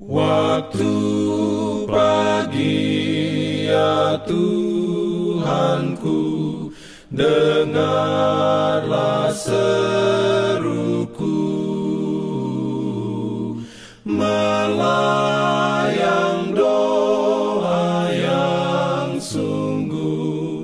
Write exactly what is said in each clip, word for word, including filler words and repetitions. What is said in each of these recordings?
Waktu pagi ya Tuhanku, dengarlah seruku, melayang doa yang sungguh,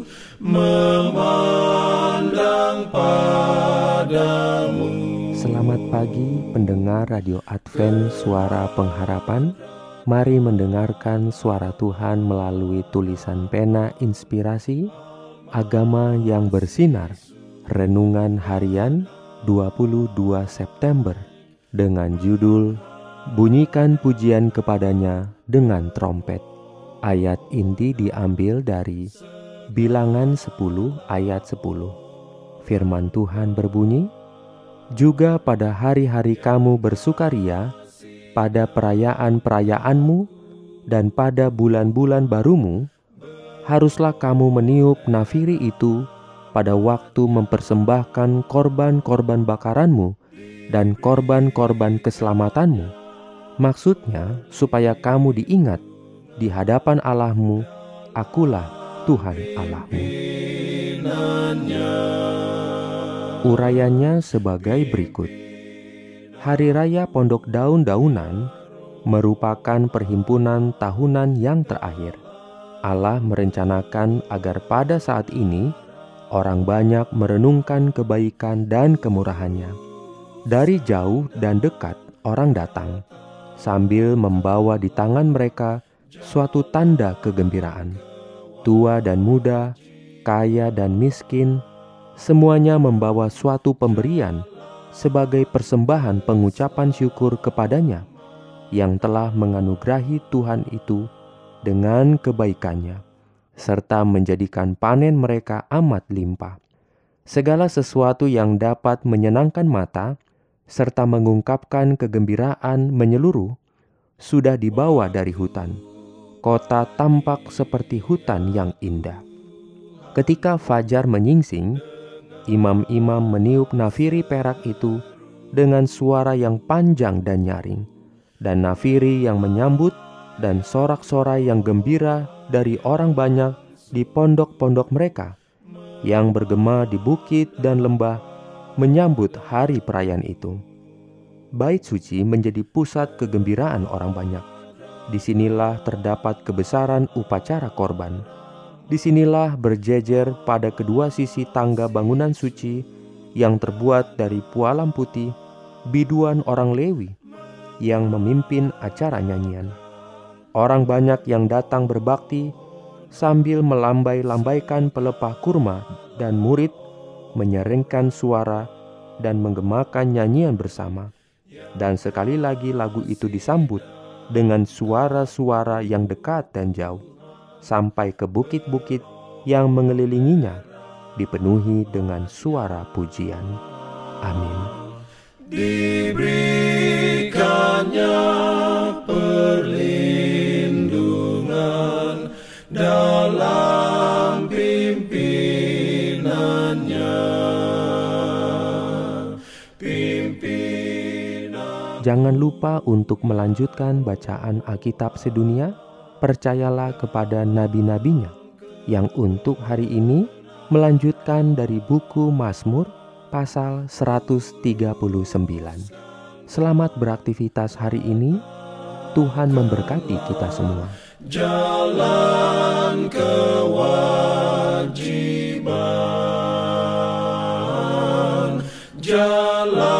memandang padamu. Selamat pagi pendengar Radio Advent Suara Pengharapan. Mari mendengarkan suara Tuhan melalui tulisan pena inspirasi Agama yang Bersinar, Renungan Harian dua puluh dua September, dengan judul Bunyikan Pujian Kepadanya dengan Trompet. Ayat inti diambil dari Bilangan sepuluh ayat sepuluh. Firman Tuhan berbunyi, juga pada hari-hari kamu bersukaria, pada perayaan-perayaanmu, dan pada bulan-bulan barumu, haruslah kamu meniup nafiri itu pada waktu mempersembahkan korban-korban bakaranmu dan korban-korban keselamatanmu. Maksudnya, supaya kamu diingat di hadapan Allahmu, akulah Tuhan Allahmu. Urayanya sebagai berikut. Hari Raya Pondok Daun-Daunan merupakan perhimpunan tahunan yang terakhir. Allah merencanakan agar pada saat ini orang banyak merenungkan kebaikan dan kemurahannya. Dari jauh dan dekat orang datang, sambil membawa di tangan mereka suatu tanda kegembiraan. Tua dan muda, kaya dan miskin, semuanya membawa suatu pemberian sebagai persembahan pengucapan syukur kepadanya yang telah menganugerahi Tuhan itu dengan kebaikannya, serta menjadikan panen mereka amat limpah. Segala sesuatu yang dapat menyenangkan mata, serta mengungkapkan kegembiraan menyeluruh, sudah dibawa dari hutan. Kota tampak seperti hutan yang indah. Ketika fajar menyingsing, imam-imam meniup nafiri perak itu dengan suara yang panjang dan nyaring, dan nafiri yang menyambut dan sorak-sorai yang gembira dari orang banyak di pondok-pondok mereka yang bergema di bukit dan lembah menyambut hari perayaan itu. Bait suci menjadi pusat kegembiraan orang banyak. Disinilah terdapat kebesaran upacara korban. Disinilah berjejer pada kedua sisi tangga bangunan suci yang terbuat dari pualam putih, biduan orang Lewi yang memimpin acara nyanyian. Orang banyak yang datang berbakti sambil melambai-lambaikan pelepah kurma, dan murid menyeringkan suara dan menggemakan nyanyian bersama. Dan sekali lagi lagu itu disambut dengan suara-suara yang dekat dan jauh, sampai ke bukit-bukit yang mengelilinginya dipenuhi dengan suara pujian. Amin. Diberikannya perlindungan dalam pimpinannya. Pimpinan. Jangan lupa untuk melanjutkan bacaan Alkitab sedunia. Percayalah kepada nabi-nabinya yang untuk hari ini melanjutkan dari buku Mazmur pasal seratus tiga puluh sembilan. Selamat beraktivitas hari ini. Tuhan memberkati kita semua. Jalan kewajiban, jalan